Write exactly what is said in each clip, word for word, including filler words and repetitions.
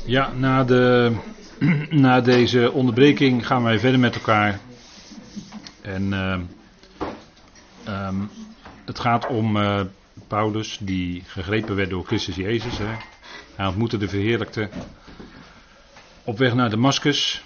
Ja, na, de, na deze onderbreking gaan wij verder met elkaar. En uh, um, het gaat om uh, Paulus die gegrepen werd door Christus Jezus. Hè. Hij ontmoette de verheerlijkte op weg naar Damascus.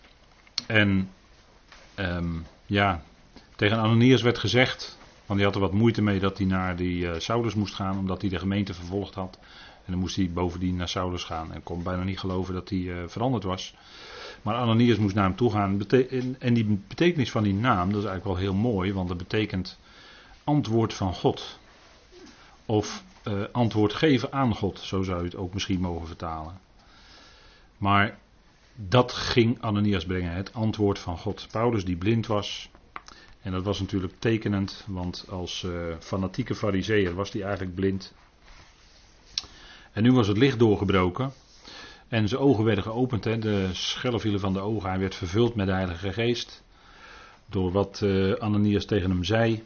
En um, ja, tegen Ananias werd gezegd, want die had er wat moeite mee dat hij naar die uh, Saulus moest gaan, omdat hij de gemeente vervolgd had. En dan moest hij bovendien naar Saulus gaan en kon bijna niet geloven dat hij uh, veranderd was. Maar Ananias moest naar hem toe gaan. En die betekenis van die naam, dat is eigenlijk wel heel mooi, want dat betekent antwoord van God. Of uh, antwoord geven aan God, zo zou je het ook misschien mogen vertalen. Maar dat ging Ananias brengen, het antwoord van God. Paulus die blind was. En dat was natuurlijk tekenend, want als uh, fanatieke farizeeër was hij eigenlijk blind. En nu was het licht doorgebroken. En zijn ogen werden geopend. Hè. De schellen vielen van de ogen. Hij werd vervuld met de Heilige Geest. Door wat uh, Ananias tegen hem zei.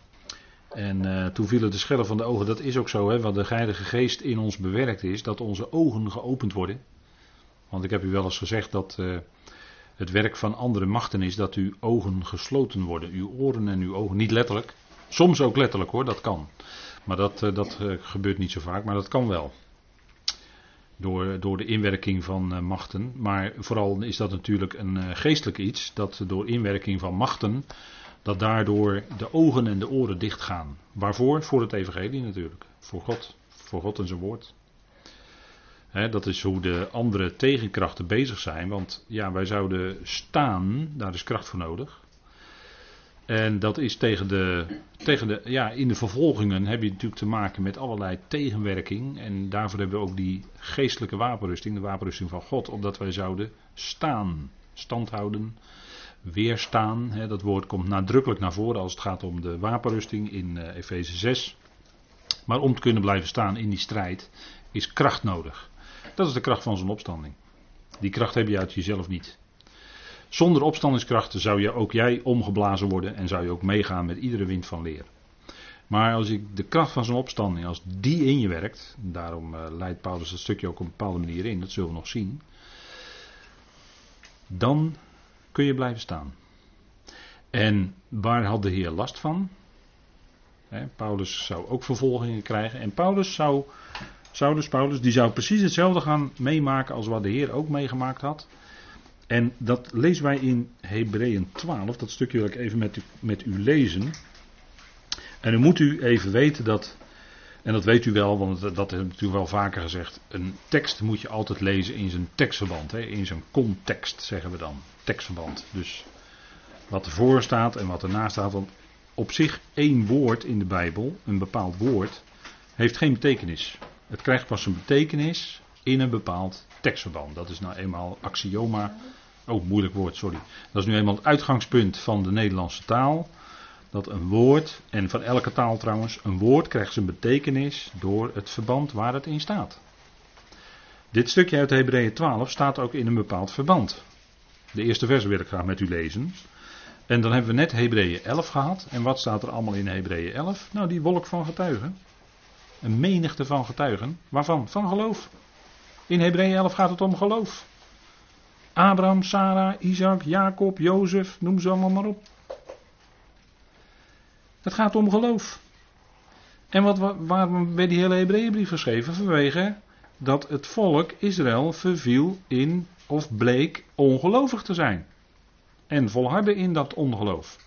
En uh, toen vielen de schellen van de ogen. Dat is ook zo. Hè, wat de Heilige Geest in ons bewerkt is. Dat onze ogen geopend worden. Want ik heb u wel eens gezegd dat uh, het werk van andere machten is. Dat uw ogen gesloten worden. Uw oren en uw ogen. Niet letterlijk. Soms ook letterlijk hoor. Dat kan. Maar dat, uh, dat uh, gebeurt niet zo vaak. Maar dat kan wel. Door, door de inwerking van uh, machten. Maar vooral is dat natuurlijk een uh, geestelijk iets. Dat door inwerking van machten. Dat daardoor de ogen en de oren dichtgaan. Waarvoor? Voor het evangelie natuurlijk. Voor God. Voor God en zijn woord. He, dat is hoe de andere tegenkrachten bezig zijn. Want ja, wij zouden staan. Daar is kracht voor nodig. En dat is tegen de, tegen de, ja, in de vervolgingen heb je natuurlijk te maken met allerlei tegenwerking. En daarvoor hebben we ook die geestelijke wapenrusting, de wapenrusting van God, opdat wij zouden staan, stand houden, weerstaan. Hè, dat woord komt nadrukkelijk naar voren als het gaat om de wapenrusting in uh, Efeze zes. Maar om te kunnen blijven staan in die strijd is kracht nodig. Dat is de kracht van zo'n opstanding. Die kracht heb je uit jezelf niet. Zonder opstandingskrachten zou je ook jij omgeblazen worden en zou je ook meegaan met iedere wind van leer. Maar als ik de kracht van zo'n opstanding, als die in je werkt, daarom uh, leidt Paulus dat stukje ook op een bepaalde manier in, dat zullen we nog zien, dan kun je blijven staan. En waar had de Heer last van? He, Paulus zou ook vervolgingen krijgen en Paulus zou, zou dus Paulus, die zou precies hetzelfde gaan meemaken als wat de Heer ook meegemaakt had. En dat lezen wij in Hebreeën twaalf, dat stukje wil ik even met u, met u lezen. En dan moet u even weten dat, en dat weet u wel, want dat, dat heb ik natuurlijk wel vaker gezegd. Een tekst moet je altijd lezen in zijn tekstverband, hè, in zijn context zeggen we dan. Tekstverband, dus wat ervoor staat en wat erna staat. Want op zich één woord in de Bijbel, een bepaald woord, heeft geen betekenis. Het krijgt pas een betekenis in een bepaald tekstverband. Dat is nou eenmaal axioma. Oh, moeilijk woord, sorry. Dat is nu eenmaal het uitgangspunt van de Nederlandse taal. Dat een woord, en van elke taal trouwens, een woord krijgt zijn betekenis door het verband waar het in staat. Dit stukje uit Hebreeën twaalf staat ook in een bepaald verband. De eerste vers wil ik graag met u lezen. En dan hebben we net Hebreeën elf gehad. En wat staat er allemaal in Hebreeën elf? Nou, die wolk van getuigen. Een menigte van getuigen. Waarvan? Van geloof. In Hebreeën elf gaat het om geloof. Abraham, Sarah, Isaac, Jacob, Jozef, noem ze allemaal maar op. Het gaat om geloof. En wat, waarom werd die hele Hebreeënbrief geschreven? Vanwege dat het volk Israël verviel in of bleek ongelovig te zijn. En volhardde in dat ongeloof.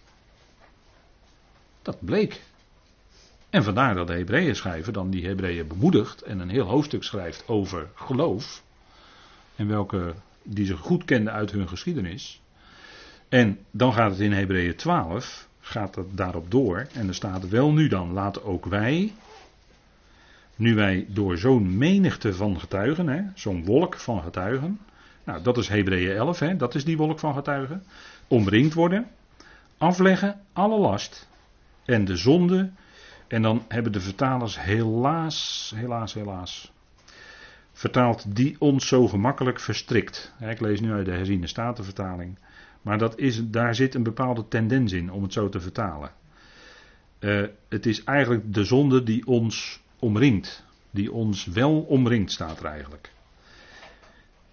Dat bleek. En vandaar dat de Hebreeën schrijver dan die Hebreeën bemoedigt en een heel hoofdstuk schrijft over geloof. En welke die ze goed kenden uit hun geschiedenis. En dan gaat het in Hebreeën twaalf, gaat het daarop door. En er staat wel nu dan, laten ook wij, nu wij door zo'n menigte van getuigen, hè, zo'n wolk van getuigen. Nou, dat is Hebreeën elf, hè, dat is die wolk van getuigen. Omringd worden, afleggen alle last en de zonde. En dan hebben de vertalers helaas, helaas, helaas, vertaald die ons zo gemakkelijk verstrikt. Ik lees nu uit de herziene statenvertaling. Maar dat is, daar zit een bepaalde tendens in om het zo te vertalen. Uh, het is eigenlijk de zonde die ons omringt. Die ons wel omringt staat er eigenlijk.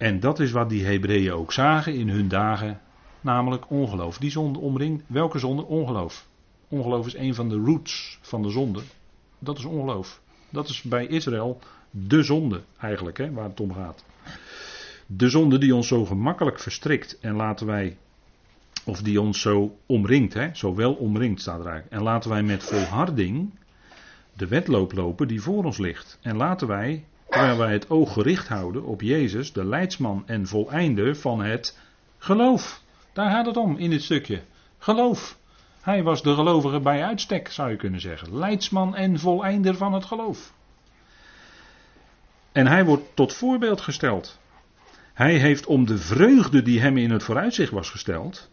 En dat is wat die Hebreeën ook zagen in hun dagen, namelijk ongeloof. Die zonde omringt, welke zonde? Ongeloof. Ongeloof is een van de roots van de zonde. Dat is ongeloof. Dat is bij Israël de zonde eigenlijk, hè, waar het om gaat. De zonde die ons zo gemakkelijk verstrikt en laten wij, of die ons zo omringt, hè, zo wel omringt staat er eigenlijk. En laten wij met volharding de wedloop lopen die voor ons ligt. En laten wij, terwijl wij het oog gericht houden op Jezus, de leidsman en voleinder van het geloof. Daar gaat het om in dit stukje. Geloof. Hij was de gelovige bij uitstek, zou je kunnen zeggen. Leidsman en voleinder van het geloof. En hij wordt tot voorbeeld gesteld. Hij heeft om de vreugde die hem in het vooruitzicht was gesteld.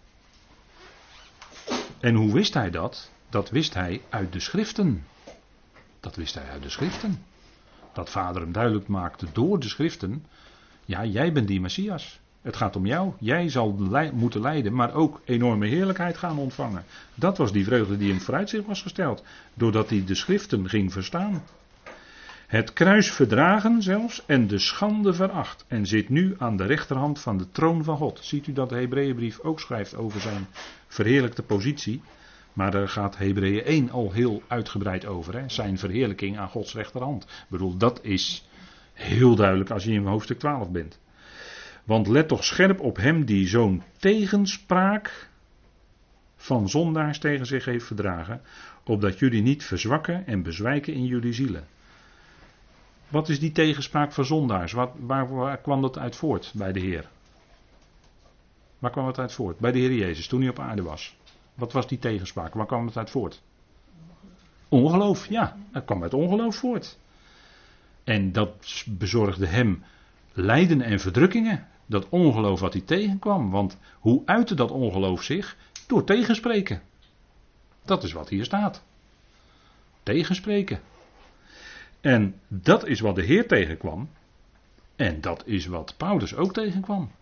En hoe wist hij dat? Dat wist hij uit de schriften. Dat wist hij uit de schriften. Dat Vader hem duidelijk maakte door de schriften. Ja, jij bent die Messias. Het gaat om jou. Jij zal li- moeten lijden, maar ook enorme heerlijkheid gaan ontvangen. Dat was die vreugde die hem vooruitzicht was gesteld. Doordat hij de schriften ging verstaan. Het kruis verdragen zelfs en de schande veracht. En zit nu aan de rechterhand van de troon van God. Ziet u dat de Hebreeënbrief ook schrijft over zijn verheerlijkte positie. Maar daar gaat Hebreeën één al heel uitgebreid over. Hè? Zijn verheerlijking aan Gods rechterhand. Ik bedoel, dat is heel duidelijk als je in hoofdstuk twaalf bent. Want let toch scherp op hem die zo'n tegenspraak van zondaars tegen zich heeft verdragen. Opdat jullie niet verzwakken en bezwijken in jullie zielen. Wat is die tegenspraak van zondaars? Wat, waar, waar kwam dat uit voort bij de Heer? Waar kwam het uit voort? Bij de Heer Jezus, toen hij op aarde was. Wat was die tegenspraak? Waar kwam het uit voort? Ongeloof, ja. Het kwam uit ongeloof voort. En dat bezorgde hem lijden en verdrukkingen. Dat ongeloof wat hij tegenkwam. Want hoe uitte dat ongeloof zich? Door tegenspreken. Dat is wat hier staat. Tegenspreken. En dat is wat de Heer tegenkwam. En dat is wat Paulus ook tegenkwam.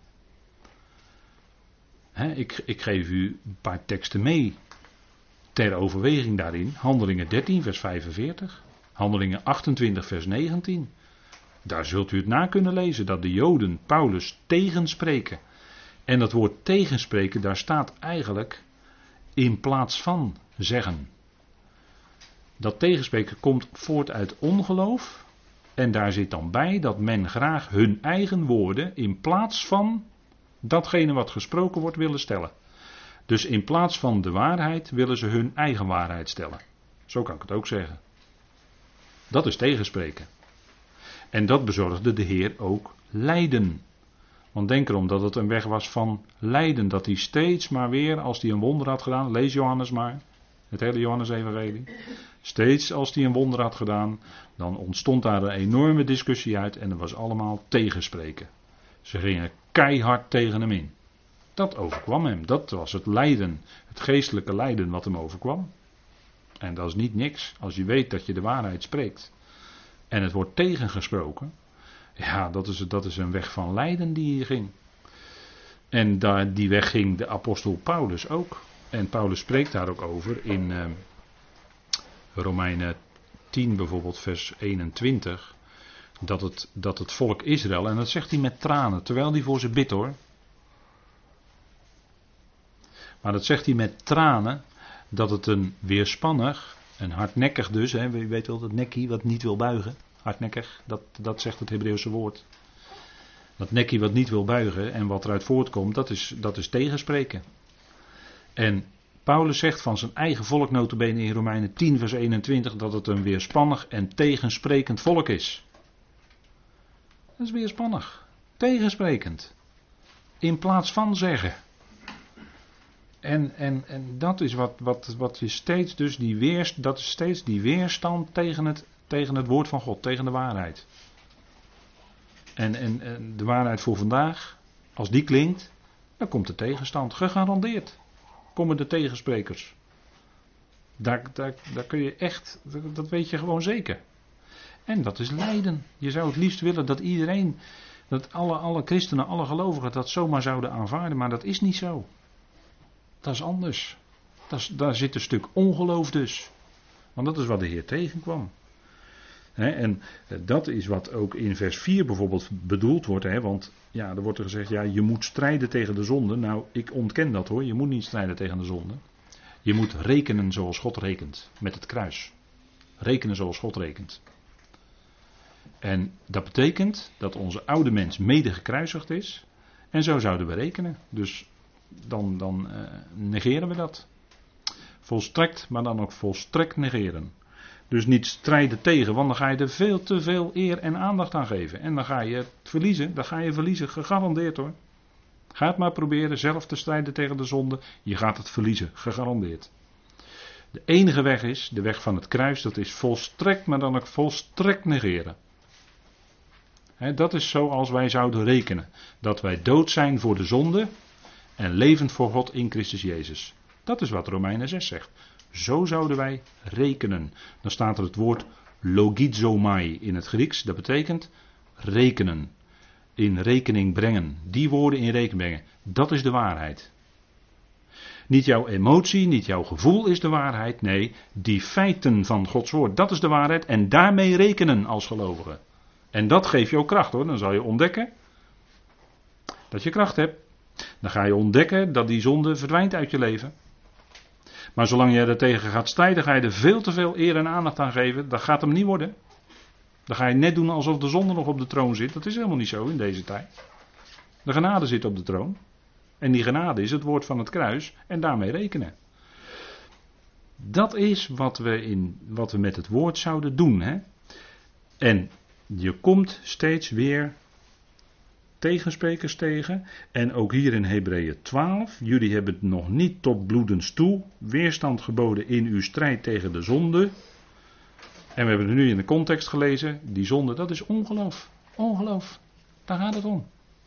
He, ik, ik geef u een paar teksten mee ter overweging daarin. Handelingen dertien vers vijfenveertig. Handelingen achtentwintig vers negentien. Daar zult u het na kunnen lezen dat de Joden Paulus tegenspreken. En dat woord tegenspreken, daar staat eigenlijk in plaats van zeggen. Dat tegenspreken komt voort uit ongeloof. En daar zit dan bij dat men graag hun eigen woorden in plaats van datgene wat gesproken wordt willen stellen. Dus in plaats van de waarheid willen ze hun eigen waarheid stellen. Zo kan ik het ook zeggen. Dat is tegenspreken. En dat bezorgde de Heer ook lijden. Want denk erom dat het een weg was van lijden. Dat hij steeds maar weer, als hij een wonder had gedaan, lees Johannes maar, het hele Johannes-evangelie. Steeds als hij een wonder had gedaan, dan ontstond daar een enorme discussie uit en er was allemaal tegenspreken. Ze gingen keihard tegen hem in. Dat overkwam hem. Dat was het lijden, het geestelijke lijden wat hem overkwam. En dat is niet niks als je weet dat je de waarheid spreekt. En het wordt tegengesproken. Ja, dat is, dat is een weg van lijden die hier ging. En daar, die weg ging de apostel Paulus ook. En Paulus spreekt daar ook over in uh, Romeinen tien bijvoorbeeld vers eenentwintig. Dat het, dat het volk Israël, en dat zegt hij met tranen, terwijl hij voor ze bidt hoor. Maar dat zegt hij met tranen, dat het een weerspannig, een hardnekkig dus, hè, je weet wel dat nekkie wat niet wil buigen. Hardnekkig, dat, dat zegt het Hebreeuwse woord. Dat nekkie wat niet wil buigen en wat eruit voortkomt, dat is, dat is tegenspreken. En Paulus zegt van zijn eigen volk nota bene in Romeinen tien vers eenentwintig dat het een weerspannig en tegensprekend volk is. Dat is weerspannig, tegensprekend. In plaats van zeggen. En, en, en dat is wat, wat, wat je steeds dus die weerst, dat is steeds die weerstand tegen het, tegen het woord van God, tegen de waarheid. En, en, en de waarheid voor vandaag, als die klinkt, dan komt de tegenstand, gegarandeerd. Komen de tegensprekers. Daar, daar, daar kun je echt, dat weet je gewoon zeker. En dat is lijden. Je zou het liefst willen dat iedereen, dat alle, alle christenen, alle gelovigen dat zomaar zouden aanvaarden, maar dat is niet zo. Dat is anders. Dat is, daar zit een stuk ongeloof dus. Want dat is wat de Heer tegenkwam. He, en dat is wat ook in vers vier bijvoorbeeld bedoeld wordt. He, want ja, er wordt er gezegd, ja, je moet strijden tegen de zonde. Nou, ik ontken dat hoor. Je moet niet strijden tegen de zonde. Je moet rekenen zoals God rekent. Met het kruis. Rekenen zoals God rekent. En dat betekent dat onze oude mens mede gekruisigd is. En zo zouden we rekenen. Dus dan, dan uh, negeren we dat. Volstrekt, maar dan ook volstrekt negeren. Dus niet strijden tegen, want dan ga je er veel te veel eer en aandacht aan geven. En dan ga je het verliezen, dan ga je verliezen, gegarandeerd hoor. Ga het maar proberen zelf te strijden tegen de zonde. Je gaat het verliezen, gegarandeerd. De enige weg is, de weg van het kruis, dat is volstrekt, maar dan ook volstrekt negeren. He, dat is zoals wij zouden rekenen. Dat wij dood zijn voor de zonde en levend voor God in Christus Jezus. Dat is wat Romeinen zes zegt. Zo zouden wij rekenen. Dan staat er het woord logizomai in het Grieks. Dat betekent rekenen. In rekening brengen. Die woorden in rekening brengen. Dat is de waarheid. Niet jouw emotie, niet jouw gevoel is de waarheid. Nee, die feiten van Gods woord. Dat is de waarheid. En daarmee rekenen als gelovige. En dat geeft je ook kracht hoor. Dan zal je ontdekken dat je kracht hebt. Dan ga je ontdekken dat die zonde verdwijnt uit je leven. Maar zolang jij daartegen gaat strijden, ga je er veel te veel eer en aandacht aan geven. Dat gaat hem niet worden. Dan ga je net doen alsof de zonde nog op de troon zit. Dat is helemaal niet zo in deze tijd. De genade zit op de troon. En die genade is het woord van het kruis. En daarmee rekenen. Dat is wat we, in, wat we met het woord zouden doen. Hè? En je komt steeds weer tegensprekers tegen. En ook hier in Hebreeën twaalf. Jullie hebben het nog niet tot bloedens toe. Weerstand geboden in uw strijd tegen de zonde. En we hebben het nu in de context gelezen. Die zonde, dat is ongeloof. Ongeloof. Daar gaat het om.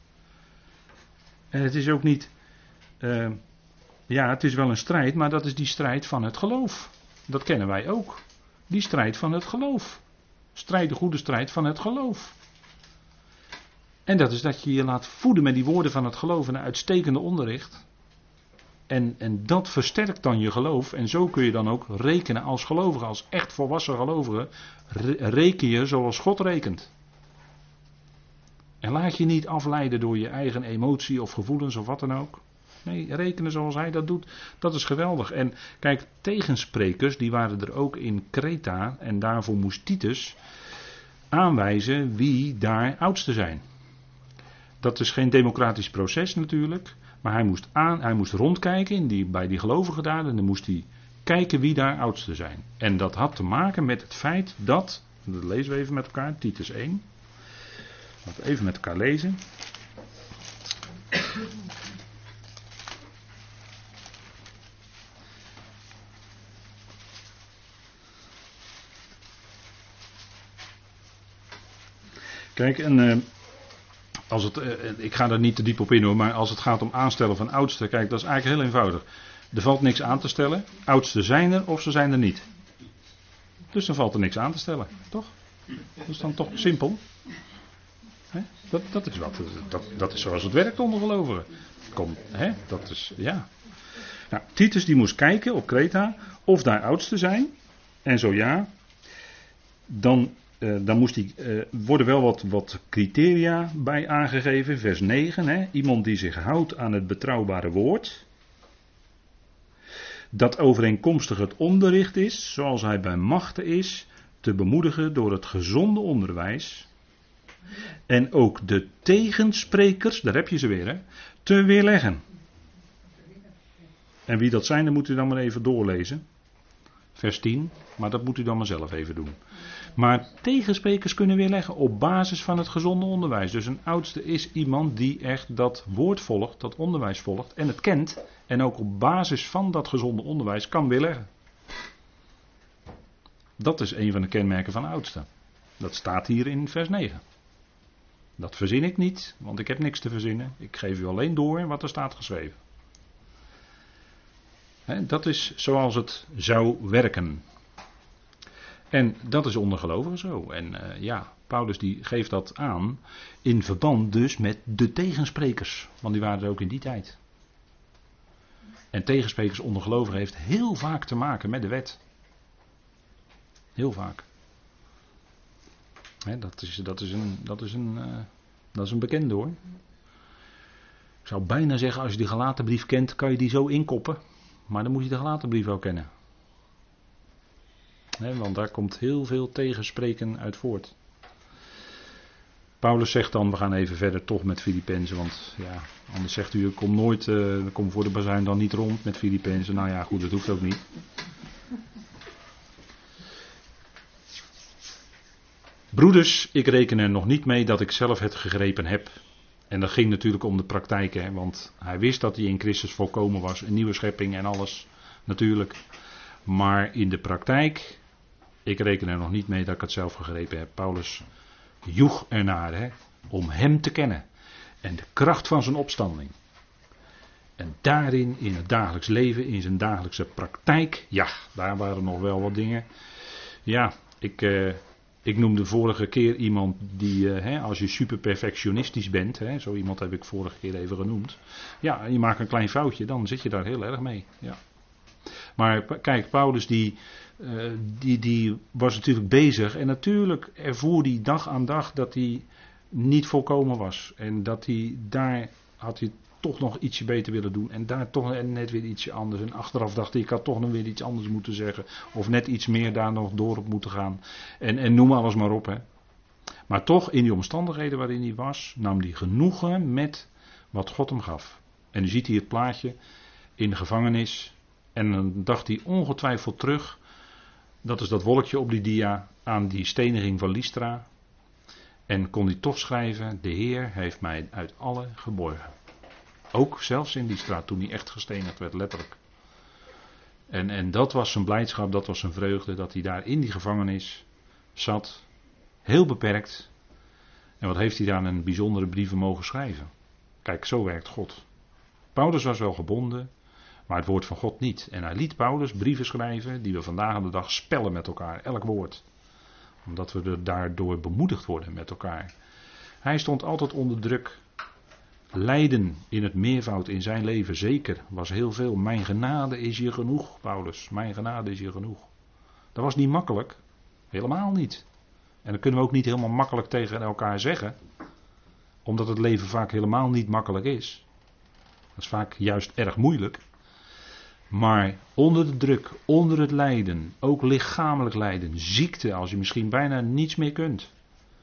En het is ook niet. Uh, ja, het is wel een strijd. Maar dat is die strijd van het geloof. Dat kennen wij ook. Die strijd van het geloof. Strijd, de goede strijd van het geloof. En dat is dat je je laat voeden met die woorden van het geloof en een uitstekende onderricht. En, en dat versterkt dan je geloof. En zo kun je dan ook rekenen als gelovige, als echt volwassen gelovige. Reken je zoals God rekent. En laat je niet afleiden door je eigen emotie of gevoelens of wat dan ook. Nee, rekenen zoals hij dat doet, dat is geweldig. En kijk, tegensprekers, die waren er ook in Kreta. En daarvoor moest Titus aanwijzen wie daar oudste zijn. Dat is geen democratisch proces natuurlijk. Maar hij moest, aan, hij moest rondkijken in die, bij die gelovigen daar. En dan moest hij kijken wie daar oudste zijn. En dat had te maken met het feit dat, dat lezen we even met elkaar, Titus één. Laten we even met elkaar lezen. Kijk, en uh, als het, uh, ik ga daar niet te diep op in hoor, maar als het gaat om aanstellen van oudsten, kijk, dat is eigenlijk heel eenvoudig. Er valt niks aan te stellen. Oudsten zijn er of ze zijn er niet. Dus dan valt er niks aan te stellen, toch? Dat is dan toch simpel. He? Dat, dat, is wat, dat, dat is zoals het werkt onder gelovigen. Kom, hè? Dat is, ja. Nou, Titus die moest kijken op Kreta of daar oudsten zijn. En zo ja, dan... Uh, dan moest die, uh, worden wel wat, wat criteria bij aangegeven. Vers negen. Hè? Iemand die zich houdt aan het betrouwbare woord. Dat overeenkomstig het onderricht is, zoals hij bij machte is, te bemoedigen door het gezonde onderwijs. En ook de tegensprekers, daar heb je ze weer, hè, te weerleggen. En wie dat zijn, dan moet u dan maar even doorlezen. Vers tien, maar dat moet u dan maar zelf even doen. Maar tegensprekers kunnen weerleggen op basis van het gezonde onderwijs. Dus een oudste is iemand die echt dat woord volgt, dat onderwijs volgt en het kent. En ook op basis van dat gezonde onderwijs kan weerleggen. Dat is een van de kenmerken van oudsten. Dat staat hier in vers negen. Dat verzin ik niet, want ik heb niks te verzinnen. Ik geef u alleen door wat er staat geschreven. He, dat is zoals het zou werken. En dat is onder gelovigen zo. En uh, ja, Paulus die geeft dat aan in verband dus met de tegensprekers. Want die waren er ook in die tijd. En tegensprekers onder gelovigen heeft heel vaak te maken met de wet. Heel vaak. He, dat, is, dat, is een, dat, is een, uh, dat is een bekende hoor. Ik zou bijna zeggen, als je die Galatenbrief kent, kan je die zo inkoppen. Maar dan moet je de Galatenbrief ook kennen. He, want daar komt heel veel tegenspreken uit voort. Paulus zegt dan, we gaan even verder toch met Filippenzen, want ja, anders zegt u, ik kom nooit, uh, ik kom voor de bazuin dan niet rond met Filippenzen. Nou ja, goed, dat hoeft ook niet. Broeders, ik reken er nog niet mee dat ik zelf het gegrepen heb. En dat ging natuurlijk om de praktijk, hè, want hij wist dat hij in Christus volkomen was, een nieuwe schepping en alles, natuurlijk. Maar in de praktijk, ik reken er nog niet mee dat ik het zelf gegrepen heb. Paulus joeg ernaar, hè, om hem te kennen en de kracht van zijn opstanding. En daarin, in het dagelijks leven, in zijn dagelijkse praktijk, ja, daar waren nog wel wat dingen. Ja, ik... Uh, Ik noemde vorige keer iemand die, uh, hè, als je super perfectionistisch bent, hè, zo iemand heb ik vorige keer even genoemd. Ja, je maakt een klein foutje, dan zit je daar heel erg mee. Ja. Maar kijk, Paulus die, uh, die, die was natuurlijk bezig en natuurlijk ervoer hij dag aan dag dat hij niet volkomen was. En dat hij daar had hij toch nog ietsje beter willen doen. En daar toch net weer ietsje anders. En achteraf dacht ik, ik had toch nog weer iets anders moeten zeggen. Of net iets meer daar nog door op moeten gaan. En, en noem alles maar op. Hè. Maar toch, in die omstandigheden waarin hij was, nam hij genoegen met wat God hem gaf. En u ziet hier het plaatje in de gevangenis. En dan dacht hij ongetwijfeld terug. Dat is dat wolkje op die dia aan die steniging van Lystra. En kon hij toch schrijven, de Heer heeft mij uit alle geborgen. Ook zelfs in die straat toen hij echt gestenigd werd, letterlijk. En, en dat was zijn blijdschap, dat was zijn vreugde, dat hij daar in die gevangenis zat. Heel beperkt. En wat heeft hij daar een bijzondere brieven mogen schrijven. Kijk, zo werkt God. Paulus was wel gebonden, maar het woord van God niet. En hij liet Paulus brieven schrijven die we vandaag aan de dag spellen met elkaar, elk woord. Omdat we er daardoor bemoedigd worden met elkaar. Hij stond altijd onder druk. Lijden in het meervoud in zijn leven, zeker, was heel veel. Mijn genade is je genoeg, Paulus. Mijn genade is je genoeg. Dat was niet makkelijk. Helemaal niet. En dat kunnen we ook niet helemaal makkelijk tegen elkaar zeggen. Omdat het leven vaak helemaal niet makkelijk is. Dat is vaak juist erg moeilijk. Maar onder de druk, onder het lijden, ook lichamelijk lijden, ziekte, als je misschien bijna niets meer kunt.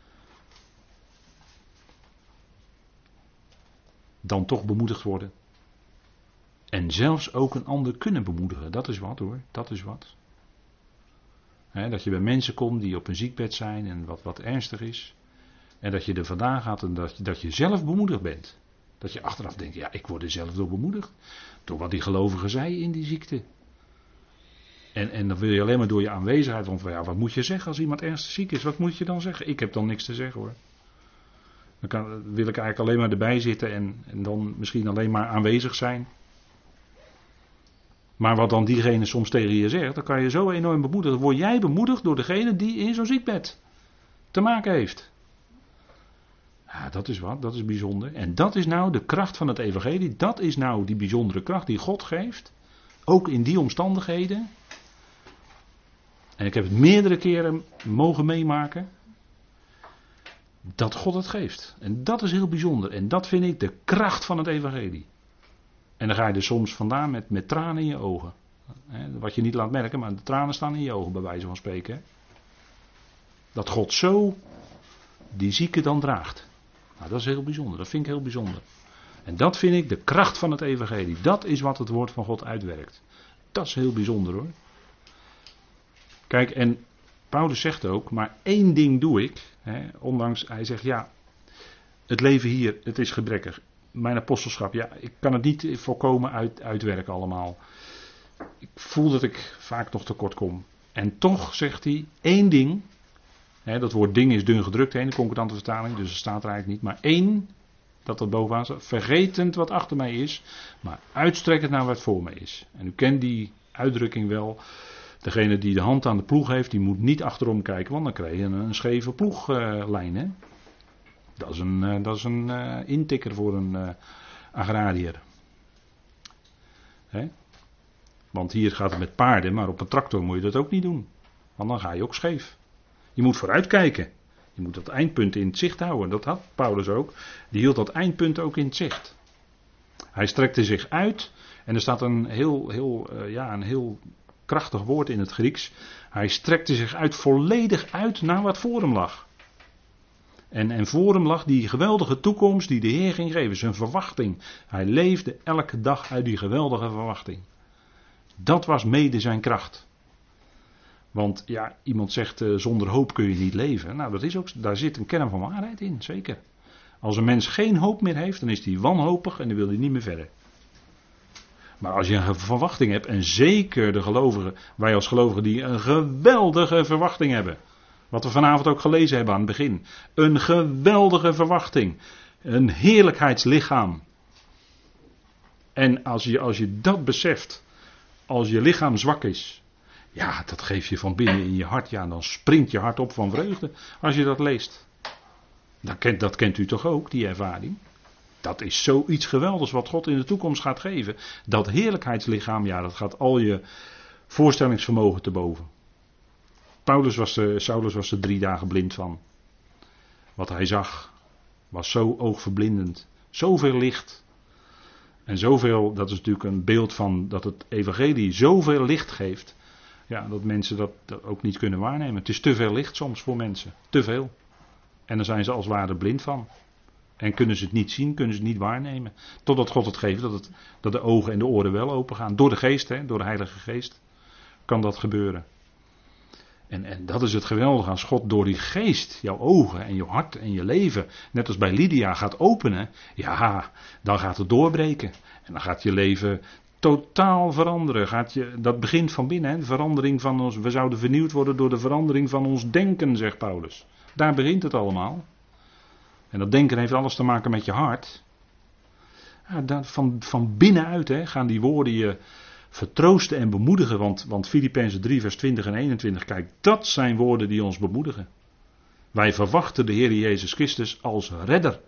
Dan toch bemoedigd worden. En zelfs ook een ander kunnen bemoedigen. Dat is wat hoor, dat is wat. He, dat je bij mensen komt die op een ziekbed zijn en wat, wat ernstig is. En dat je er vandaan gaat en dat, dat je zelf bemoedigd bent. Dat je achteraf denkt, ja ik word er zelf door bemoedigd. Door wat die gelovige zei in die ziekte. En, en dan wil je alleen maar door je aanwezigheid. Want ja, wat moet je zeggen als iemand ernstig ziek is? Wat moet je dan zeggen? Ik heb dan niks te zeggen hoor. Dan kan, wil ik eigenlijk alleen maar erbij zitten en, en dan misschien alleen maar aanwezig zijn. Maar wat dan diegene soms tegen je zegt, dan kan je zo enorm bemoedigen. Dan word jij bemoedigd door degene die in zo'n ziekbed te maken heeft. Ja, dat is wat, dat is bijzonder. En dat is nou de kracht van het evangelie. Dat is nou die bijzondere kracht die God geeft. Ook in die omstandigheden. En ik heb het meerdere keren mogen meemaken. Dat God het geeft. En dat is heel bijzonder. En dat vind ik de kracht van het evangelie. En dan ga je er soms vandaan met, met tranen in je ogen. Wat je niet laat merken, maar de tranen staan in je ogen bij wijze van spreken. Dat God zo die zieke dan draagt. Nou, dat is heel bijzonder. Dat vind ik heel bijzonder. En dat vind ik de kracht van het evangelie. Dat is wat het woord van God uitwerkt. Dat is heel bijzonder hoor. Kijk, en Paulus zegt ook, maar één ding doe ik. Hè, ondanks, hij zegt ja, het leven hier, het is gebrekkig. Mijn apostelschap, ja, ik kan het niet volkomen uit, uitwerken allemaal. Ik voel dat ik vaak nog tekort kom. En toch zegt hij, één ding. Hè, dat woord ding is dun gedrukt hè, in de concordante vertaling, dus dat staat er eigenlijk niet. Maar één, dat er bovenaan staat, vergetend wat achter mij is, maar uitstrekkend naar wat voor mij is. En u kent die uitdrukking wel. Degene die de hand aan de ploeg heeft, die moet niet achterom kijken, want dan krijg je een, een scheve ploeglijn. Uh, dat is een, uh, dat is een uh, intikker voor een uh, agrariër. Hè? Want hier gaat het met paarden, maar op een tractor moet je dat ook niet doen. Want dan ga je ook scheef. Je moet vooruit kijken. Je moet dat eindpunt in het zicht houden. Dat had Paulus ook. Die hield dat eindpunt ook in het zicht. Hij strekte zich uit. En er staat een heel, heel, uh, ja, een heel krachtig woord in het Grieks. Hij strekte zich uit volledig uit naar wat voor hem lag. En, en voor hem lag die geweldige toekomst die de Heer ging geven. Zijn verwachting. Hij leefde elke dag uit die geweldige verwachting. Dat was mede zijn kracht. Want ja, iemand zegt uh, zonder hoop kun je niet leven. Nou, dat is ook, daar zit een kern van waarheid in, zeker. Als een mens geen hoop meer heeft, dan is hij wanhopig en dan wil hij niet meer verder. Maar als je een verwachting hebt, en zeker de gelovigen, wij als gelovigen die een geweldige verwachting hebben. Wat we vanavond ook gelezen hebben aan het begin. Een geweldige verwachting. Een heerlijkheidslichaam. En als je, als je dat beseft, als je lichaam zwak is, ja, dat geeft je van binnen in je hart. Ja, dan springt je hart op van vreugde als je dat leest. Dat kent, dat kent u toch ook, die ervaring? Dat is zoiets geweldigs wat God in de toekomst gaat geven. Dat heerlijkheidslichaam, ja, dat gaat al je voorstellingsvermogen te boven. Paulus was er, Saulus was er drie dagen blind van. Wat hij zag was zo oogverblindend. Zoveel licht. En zoveel, dat is natuurlijk een beeld van dat het evangelie zoveel licht geeft. Ja, dat mensen dat, dat ook niet kunnen waarnemen. Het is te veel licht soms voor mensen. Te veel. En dan zijn ze als het ware blind van. En kunnen ze het niet zien, kunnen ze het niet waarnemen. Totdat God het geeft dat, het, dat de ogen en de oren wel open gaan. Door de geest, hè, door de Heilige Geest kan dat gebeuren. En, en dat is het geweldige als God door die geest jouw ogen en je hart en je leven, net als bij Lydia, gaat openen. Ja, dan gaat het doorbreken. En dan gaat je leven totaal veranderen. Gaat je, dat begint van binnen. Hè? De verandering van ons, we zouden vernieuwd worden door de verandering van ons denken, zegt Paulus. Daar begint het allemaal. En dat denken heeft alles te maken met je hart. Ja, dat, van, van binnenuit hè, gaan die woorden je vertroosten en bemoedigen. Want, want Filippenzen drie vers twintig en eenentwintig, kijk, dat zijn woorden die ons bemoedigen. Wij verwachten de Heer Jezus Christus als redder.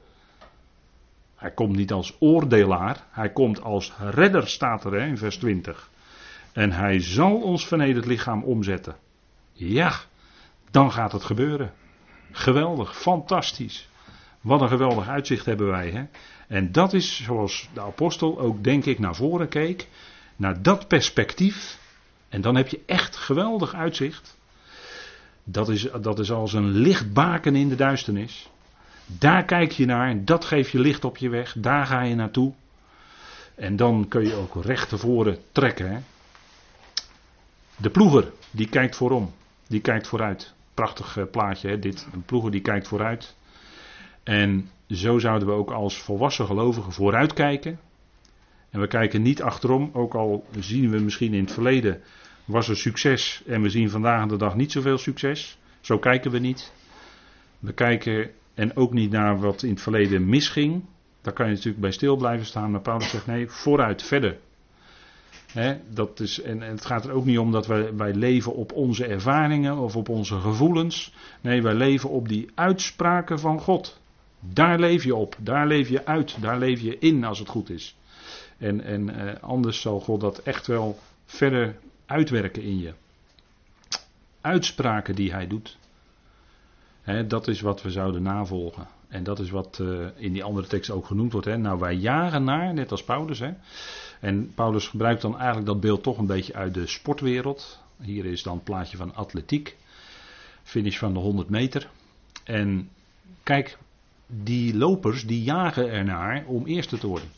Hij komt niet als oordelaar, hij komt als redder, staat er hè, in vers twintig. En hij zal ons vernederd lichaam omzetten. Ja, dan gaat het gebeuren. Geweldig, fantastisch. Wat een geweldig uitzicht hebben wij. Hè? En dat is zoals de apostel ook denk ik naar voren keek. Naar dat perspectief. En dan heb je echt geweldig uitzicht. Dat is, dat is als een lichtbaken in de duisternis. Daar kijk je naar. Dat geeft je licht op je weg. Daar ga je naartoe. En dan kun je ook recht tevoren trekken. Hè? De ploeger die kijkt voorom. Die kijkt vooruit. Prachtig plaatje hè, dit. Een ploeger die kijkt vooruit. En zo zouden we ook als volwassen gelovigen vooruitkijken. En we kijken niet achterom, ook al zien we misschien in het verleden was er succes en we zien vandaag de dag niet zoveel succes. Zo kijken we niet. We kijken en ook niet naar wat in het verleden misging. Daar kan je natuurlijk bij stil blijven staan, maar Paulus zegt nee, vooruit, verder. He, dat is, en, en het gaat er ook niet om dat wij, wij leven op onze ervaringen of op onze gevoelens. Nee, wij leven op die uitspraken van God. Daar leef je op, daar leef je uit, daar leef je in als het goed is. En, en eh, anders zal God dat echt wel verder uitwerken in je. Uitspraken die hij doet. He, dat is wat we zouden navolgen. En dat is wat uh, in die andere tekst ook genoemd wordt. Hè. Nou, wij jagen naar, net als Paulus. Hè. En Paulus gebruikt dan eigenlijk dat beeld toch een beetje uit de sportwereld. Hier is dan het plaatje van atletiek. Finish van de honderd meter. En kijk, die lopers die jagen ernaar om eerste te worden.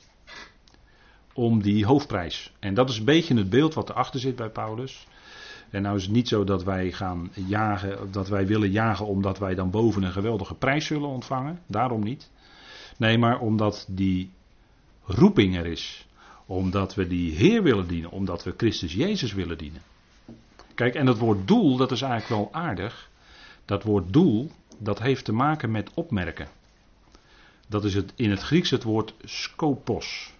Om die hoofdprijs. En dat is een beetje het beeld wat erachter zit bij Paulus. En nou is het niet zo dat wij gaan jagen, dat wij willen jagen omdat wij dan boven een geweldige prijs zullen ontvangen. Daarom niet. Nee, maar omdat die roeping er is. Omdat we die Heer willen dienen. Omdat we Christus Jezus willen dienen. Kijk, en dat woord doel, dat is eigenlijk wel aardig. Dat woord doel, dat heeft te maken met opmerken. Dat is het, in het Grieks het woord skopos.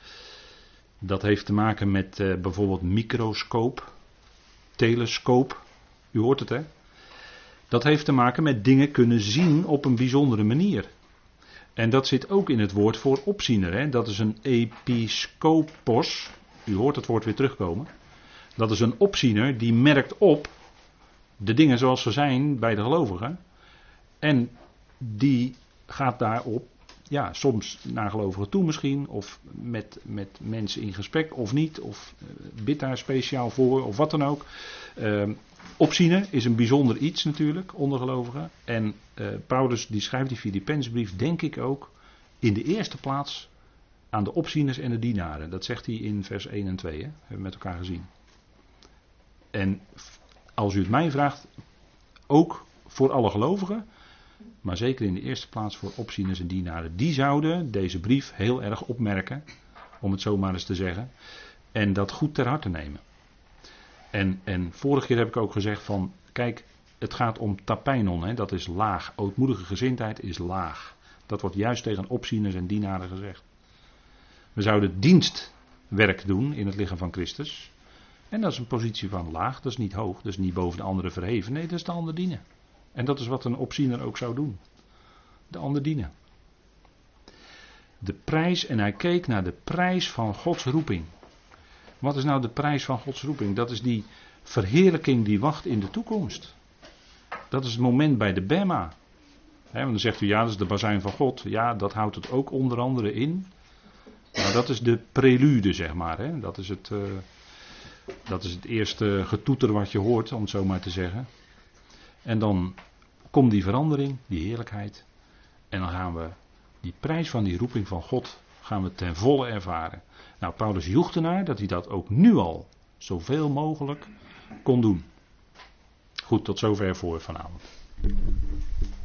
Dat heeft te maken met uh, bijvoorbeeld microscoop, telescoop. U hoort het hè. Dat heeft te maken met dingen kunnen zien op een bijzondere manier. En dat zit ook in het woord voor opziener. Hè. Dat is een episkopos. U hoort het woord weer terugkomen. Dat is een opziener die merkt op de dingen zoals ze zijn bij de gelovigen. en die gaat daarop, ja, soms naar gelovigen toe misschien, of met, met mensen in gesprek of niet, of uh, bidt daar speciaal voor, of wat dan ook. Uh, opzienen is een bijzonder iets natuurlijk, onder gelovigen. En uh, Paulus die schrijft die Filippenzenbrief, denk ik ook, in de eerste plaats aan de opzieners en de dienaren. Dat zegt hij in vers één en twee, hè? Hebben we met elkaar gezien. En als u het mij vraagt, ook voor alle gelovigen, maar zeker in de eerste plaats voor opzieners en dienaren. Die zouden deze brief heel erg opmerken, om het zo maar eens te zeggen, en dat goed ter harte nemen. En, en vorige keer heb ik ook gezegd van, kijk, het gaat om tapeinon, hè, dat is laag. Ootmoedige gezindheid is laag. Dat wordt juist tegen opzieners en dienaren gezegd. We zouden dienstwerk doen in het lichaam van Christus. En dat is een positie van laag, dat is niet hoog, dat is niet boven de anderen verheven. Nee, dat is de ander dienen. En dat is wat een opziener ook zou doen. De ander dienen. De prijs, en hij keek naar de prijs van Gods roeping. Wat is nou de prijs van Gods roeping? Dat is die verheerlijking die wacht in de toekomst. Dat is het moment bij de Bema. He, want dan zegt u, ja, dat is de bazuin van God. Ja, dat houdt het ook onder andere in. Maar dat is de prelude, zeg maar. He. Dat is het, uh, dat is het eerste getoeter wat je hoort, om het zo maar te zeggen. En dan komt die verandering, die heerlijkheid. En dan gaan we die prijs van die roeping van God gaan we ten volle ervaren. Nou, Paulus joeg ernaar dat hij dat ook nu al zoveel mogelijk kon doen. Goed, tot zover voor vanavond.